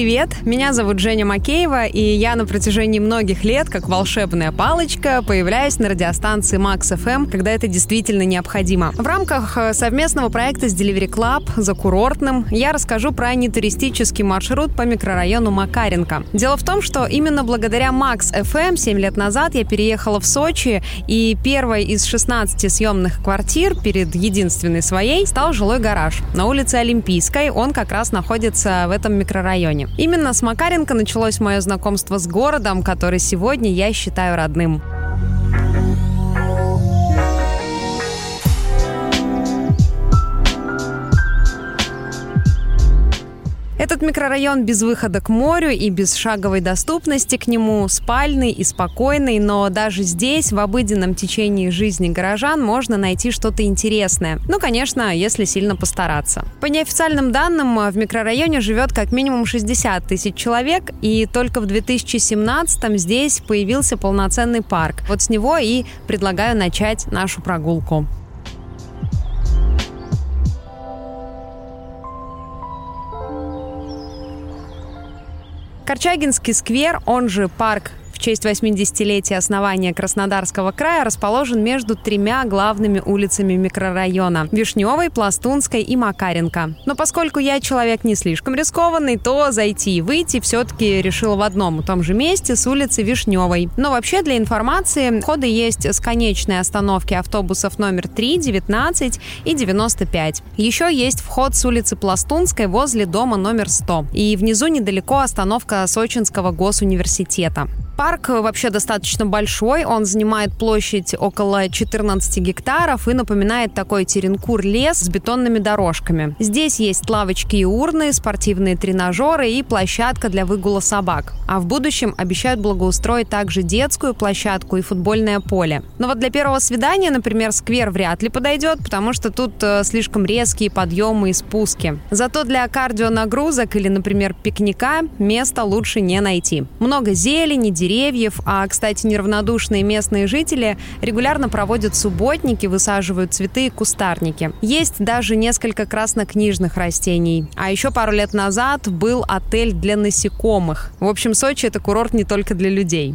Привет, меня зовут Женя Макеева, и я на протяжении многих лет, как волшебная палочка, появляюсь на радиостанции Max FM, когда это действительно необходимо. В рамках совместного проекта с Delivery Club «За курортным» я расскажу про нетуристический маршрут по микрорайону Макаренко. Дело в том, что именно благодаря Max FM 7 лет назад я переехала в Сочи, и первой из 16 съемных квартир перед единственной своей стал жилой гараж. На улице Олимпийской он как раз находится в этом микрорайоне. Именно с Макаренко началось мое знакомство с городом, который сегодня я считаю родным. Этот микрорайон без выхода к морю и без шаговой доступности к нему, спальный и спокойный, но даже здесь, в обыденном течении жизни горожан, можно найти что-то интересное. Ну, конечно, если сильно постараться. По неофициальным данным, в микрорайоне живет как минимум 60 тысяч человек, и только в 2017-м здесь появился полноценный парк. Вот с него и предлагаю начать нашу прогулку. Корчагинский сквер, он же парк в честь 80-летия основания Краснодарского края, расположен между тремя главными улицами микрорайона – Вишневой, Пластунской и Макаренко. Но поскольку я человек не слишком рискованный, то зайти и выйти все-таки решила в одном и том же месте с улицы Вишневой. Но вообще для информации входы есть с конечной остановки автобусов номер 3, 19 и 95. Еще есть вход с улицы Пластунской возле дома номер 100. И внизу недалеко остановка Сочинского госуниверситета. Парк вообще достаточно большой, он занимает площадь около 14 гектаров и напоминает такой теренкур-лес с бетонными дорожками. Здесь есть лавочки и урны, спортивные тренажеры и площадка для выгула собак. А в будущем обещают благоустроить также детскую площадку и футбольное поле. Но вот для первого свидания, например, сквер вряд ли подойдет, потому что тут слишком резкие подъемы и спуски. Зато для кардионагрузок или, например, пикника места лучше не найти. Много зелени, деревьев, а, кстати, неравнодушные местные жители регулярно проводят субботники, высаживают цветы и кустарники. Есть даже несколько краснокнижных растений. А еще пару лет назад был отель для насекомых. В общем, Сочи – это курорт не только для людей.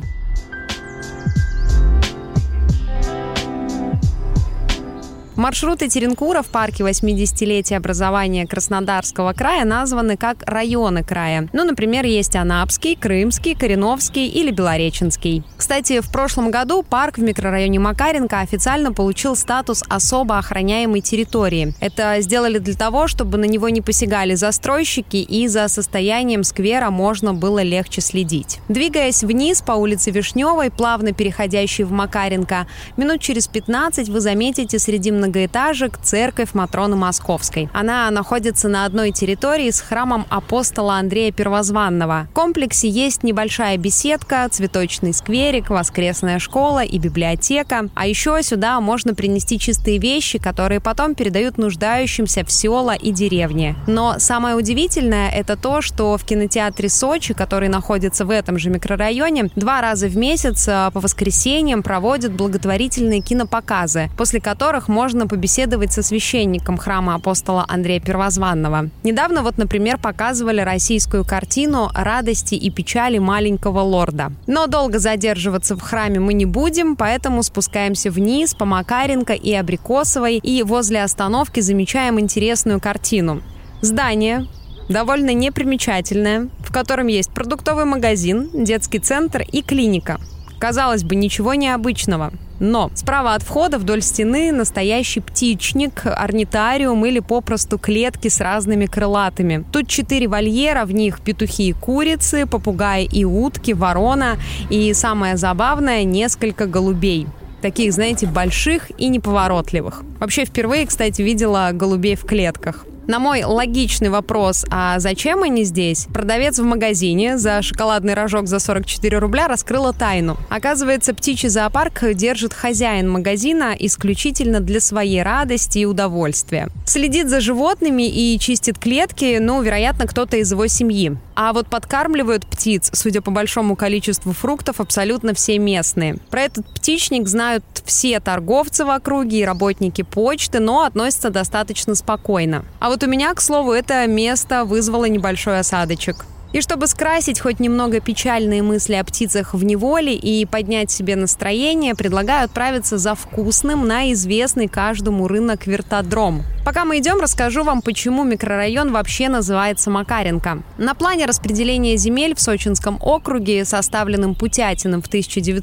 Маршруты Теренкура в парке 80-летия образования Краснодарского края названы как районы края. Ну, например, есть Анапский, Крымский, Кореновский или Белореченский. Кстати, в прошлом году парк в микрорайоне Макаренко официально получил статус особо охраняемой территории. Это сделали для того, чтобы на него не посягали застройщики, и за состоянием сквера можно было легче следить. Двигаясь вниз по улице Вишневой, плавно переходящей в Макаренко, минут через 15 вы заметите среди многоэтажек церковь Матроны Московской. Она находится на одной территории с храмом апостола Андрея Первозванного. В комплексе есть небольшая беседка, цветочный скверик, воскресная школа и библиотека. А еще сюда можно принести чистые вещи, которые потом передают нуждающимся в села и деревни. Но самое удивительное – это то, что в кинотеатре Сочи, который находится в этом же микрорайоне, 2 раза в месяц по воскресеньям проводят благотворительные кинопоказы, после которых можно побеседовать со священником храма апостола Андрея Первозванного. Недавно вот, например, показывали российскую картину «Радости и печали маленького лорда». Но долго задерживаться в храме мы не будем, поэтому спускаемся вниз по Макаренко и Абрикосовой, и возле остановки замечаем интересную картину. Здание довольно непримечательное, в котором есть продуктовый магазин, детский центр и клиника. Казалось бы, ничего необычного. Но справа от входа вдоль стены настоящий птичник, орнитариум или попросту клетки с разными крылатыми. Тут 4 вольера, в них петухи и курицы, попугаи и утки, ворона и, самое забавное, несколько голубей. Таких, знаете, больших и неповоротливых. Вообще, впервые, кстати, видела голубей в клетках. На мой логичный вопрос, а зачем они здесь, продавец в магазине за шоколадный рожок за 44 рубля раскрыла тайну. Оказывается, птичий зоопарк держит хозяин магазина исключительно для своей радости и удовольствия. Следит за животными и чистит клетки, вероятно, кто-то из его семьи. А вот подкармливают птиц, судя по большому количеству фруктов, абсолютно все местные. Про этот птичник знают все торговцы в округе и работники почты, но относятся достаточно спокойно. А вот у меня, к слову, это место вызвало небольшой осадочек. И чтобы скрасить хоть немного печальные мысли о птицах в неволе и поднять себе настроение, предлагаю отправиться за вкусным на известный каждому рынок Вертодром. Пока мы идем, расскажу вам, почему микрорайон вообще называется Макаренко. На плане распределения земель в Сочинском округе, составленном Путятиным в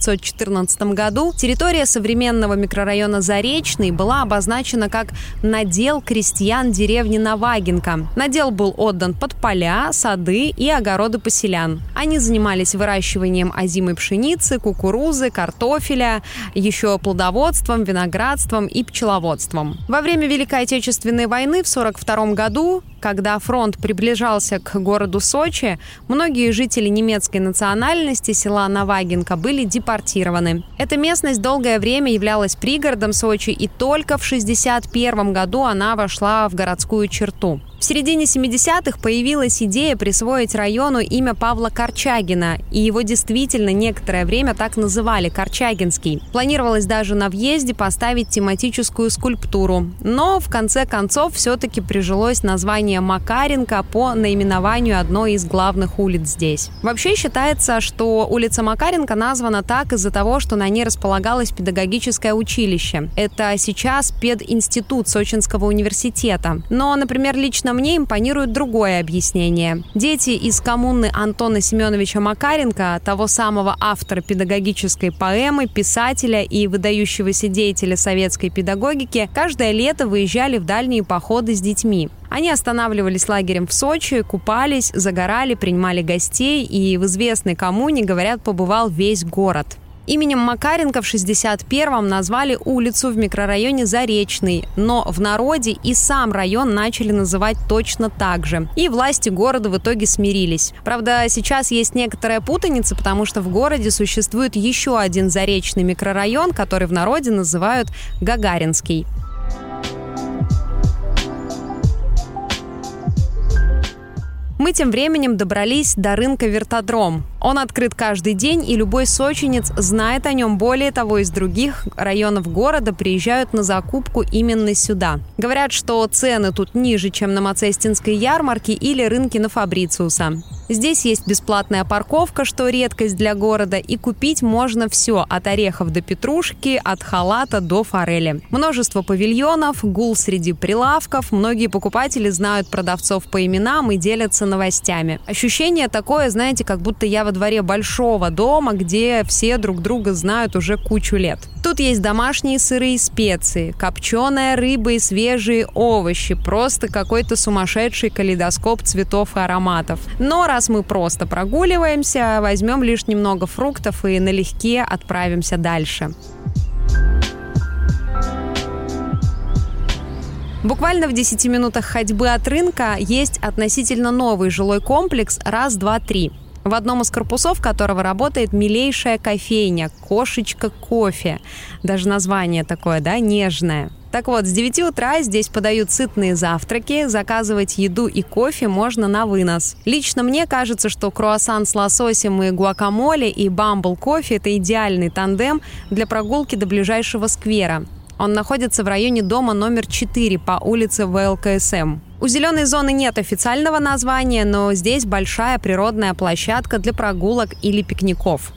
1914 году, территория современного микрорайона Заречный была обозначена как надел крестьян деревни Навагинка. Надел был отдан под поля, сады и огороды поселян. Они занимались выращиванием озимой пшеницы, кукурузы, картофеля, еще плодоводством, виноградством и пчеловодством. Во время Великой Отечественной войны в 1942 году, когда фронт приближался к городу Сочи, многие жители немецкой национальности села Навагинка были депортированы. Эта местность долгое время являлась пригородом Сочи, и только в 1961 году она вошла в городскую черту. В середине 70-х появилась идея присвоить району имя Павла Корчагина, и его действительно некоторое время так называли – Корчагинский. Планировалось даже на въезде поставить тематическую скульптуру, но в конце концов все-таки прижилось название Макаренко по наименованию одной из главных улиц здесь. Вообще считается, что улица Макаренко названа так из-за того, что на ней располагалось педагогическое училище. Это сейчас пединститут Сочинского университета. Но, например, лично мне импонирует другое объяснение. Дети из коммуны Антона Семеновича Макаренко, того самого автора педагогической поэмы, писателя и выдающегося деятеля советской педагогики, каждое лето выезжали в дальние походы с детьми. Они останавливались лагерем в Сочи, купались, загорали, принимали гостей, и в известной коммуне, говорят, побывал весь город. Именем Макаренко в 1961-м назвали улицу в микрорайоне Заречный, но в народе и сам район начали называть точно так же. И власти города в итоге смирились. Правда, сейчас есть некоторая путаница, потому что в городе существует еще один заречный микрорайон, который в народе называют Гагаринский. Мы тем временем добрались до рынка Вертодром. Он открыт каждый день, и любой сочинец знает о нем. Более того, из других районов города приезжают на закупку именно сюда. Говорят, что цены тут ниже, чем на Мацестинской ярмарке или рынке на Фабрициуса. Здесь есть бесплатная парковка, что редкость для города, и купить можно все, от орехов до петрушки, от халата до форели. Множество павильонов, гул среди прилавков, многие покупатели знают продавцов по именам и делятся новостями. Ощущение такое, знаете, как будто я во дворе большого дома, где все друг друга знают уже кучу лет. Тут есть домашние сыры и специи, копченая рыба и свежие овощи. Просто какой-то сумасшедший калейдоскоп цветов и ароматов. Но раз мы просто прогуливаемся, возьмем лишь немного фруктов и налегке отправимся дальше. Буквально в 10 минутах ходьбы от рынка есть относительно новый жилой комплекс «Раз, два, три», в одном из корпусов которого работает милейшая кофейня «Кошечка кофе». Даже название такое, да, нежное. Так вот, с 9 утра здесь подают сытные завтраки, заказывать еду и кофе можно на вынос. Лично мне кажется, что круассан с лососем и гуакамоле и бамбл кофе – это идеальный тандем для прогулки до ближайшего сквера. Он находится в районе дома номер 4 по улице ВЛКСМ. У зеленой зоны нет официального названия, но здесь большая природная площадка для прогулок или пикников.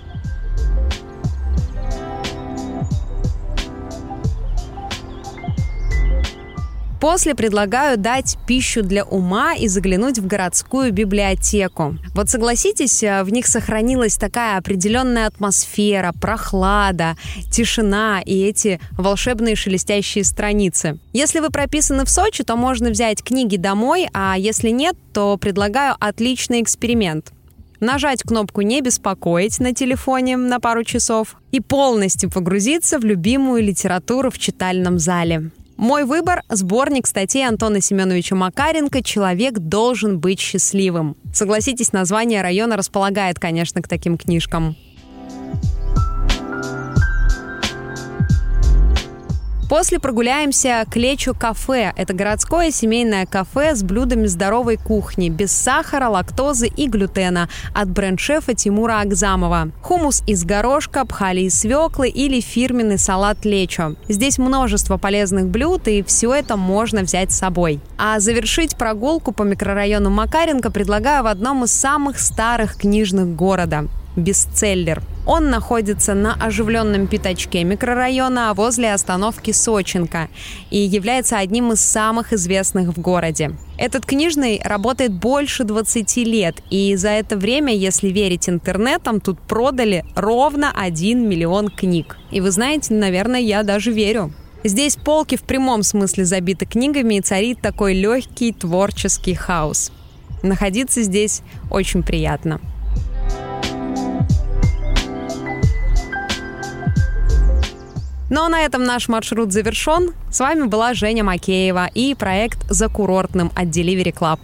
После предлагаю дать пищу для ума и заглянуть в городскую библиотеку. Вот согласитесь, в них сохранилась такая определенная атмосфера, прохлада, тишина и эти волшебные шелестящие страницы. Если вы прописаны в Сочи, то можно взять книги домой, а если нет, то предлагаю отличный эксперимент. Нажать кнопку «Не беспокоить» на телефоне на пару часов и полностью погрузиться в любимую литературу в читальном зале. Мой выбор – сборник статей Антона Семеновича Макаренко «Человек должен быть счастливым». Согласитесь, название района располагает, конечно, к таким книжкам. После прогуляемся к Лечо кафе. Это городское семейное кафе с блюдами здоровой кухни, без сахара, лактозы и глютена, от бренд-шефа Тимура Агзамова. Хумус из горошка, пхали из свеклы или фирменный салат Лечо. Здесь множество полезных блюд, и все это можно взять с собой. А завершить прогулку по микрорайону Макаренко предлагаю в одном из самых старых книжных города – Бестселлер. Он находится на оживленном пятачке микрорайона возле остановки Сочинка и является одним из самых известных в городе. Этот книжный работает больше 20 лет, и за это время, если верить интернетам, тут продали ровно 1 миллион книг. И вы знаете, наверное, я даже верю. Здесь полки в прямом смысле забиты книгами, и царит такой легкий творческий хаос. Находиться здесь очень приятно. Ну а на этом наш маршрут завершен. С вами была Женя Макеева и проект «За курортным» от Delivery Club.